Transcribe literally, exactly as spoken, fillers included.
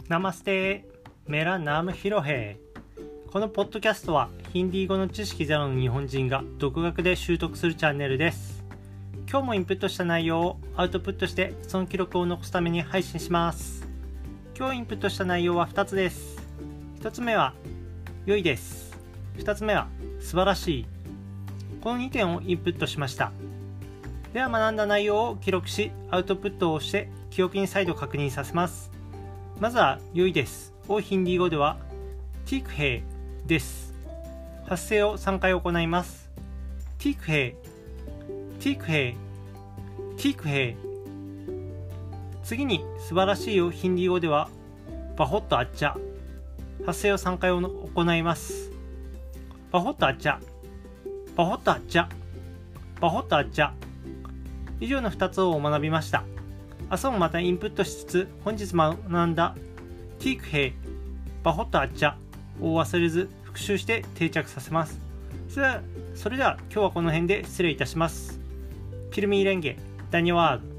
ナマステメラナムヒロヘイ。このポッドキャストはヒンディー語の知識ゼロの日本人が独学で習得するチャンネルです。今日もインプットした内容をアウトプットしてその記録を残すために配信します。今日インプットした内容はふたつです。ひとつめは良いです。ふたつめは素晴らしい。このにてんをインプットしました。では学んだ内容を記録しアウトプットをして記憶に再度確認させます。まずは良いですをヒンディー語ではティークヘイです。発声をさんかい行います。ティークヘイ、ティークヘイ、ティークヘイ。次に素晴らしいをヒンディー語ではバホットアッチャ。発声をさんかい行います。バホットアッチャ、バホットアッチャ、バホットアッチャ。以上のふたつを学びました。明日もまたインプットしつつ本日学んだティークヘイ、バホットアッチャを忘れず復習して定着させます。それでは、それでは今日はこの辺で失礼いたします。ピルミーレンゲ、ダニワード。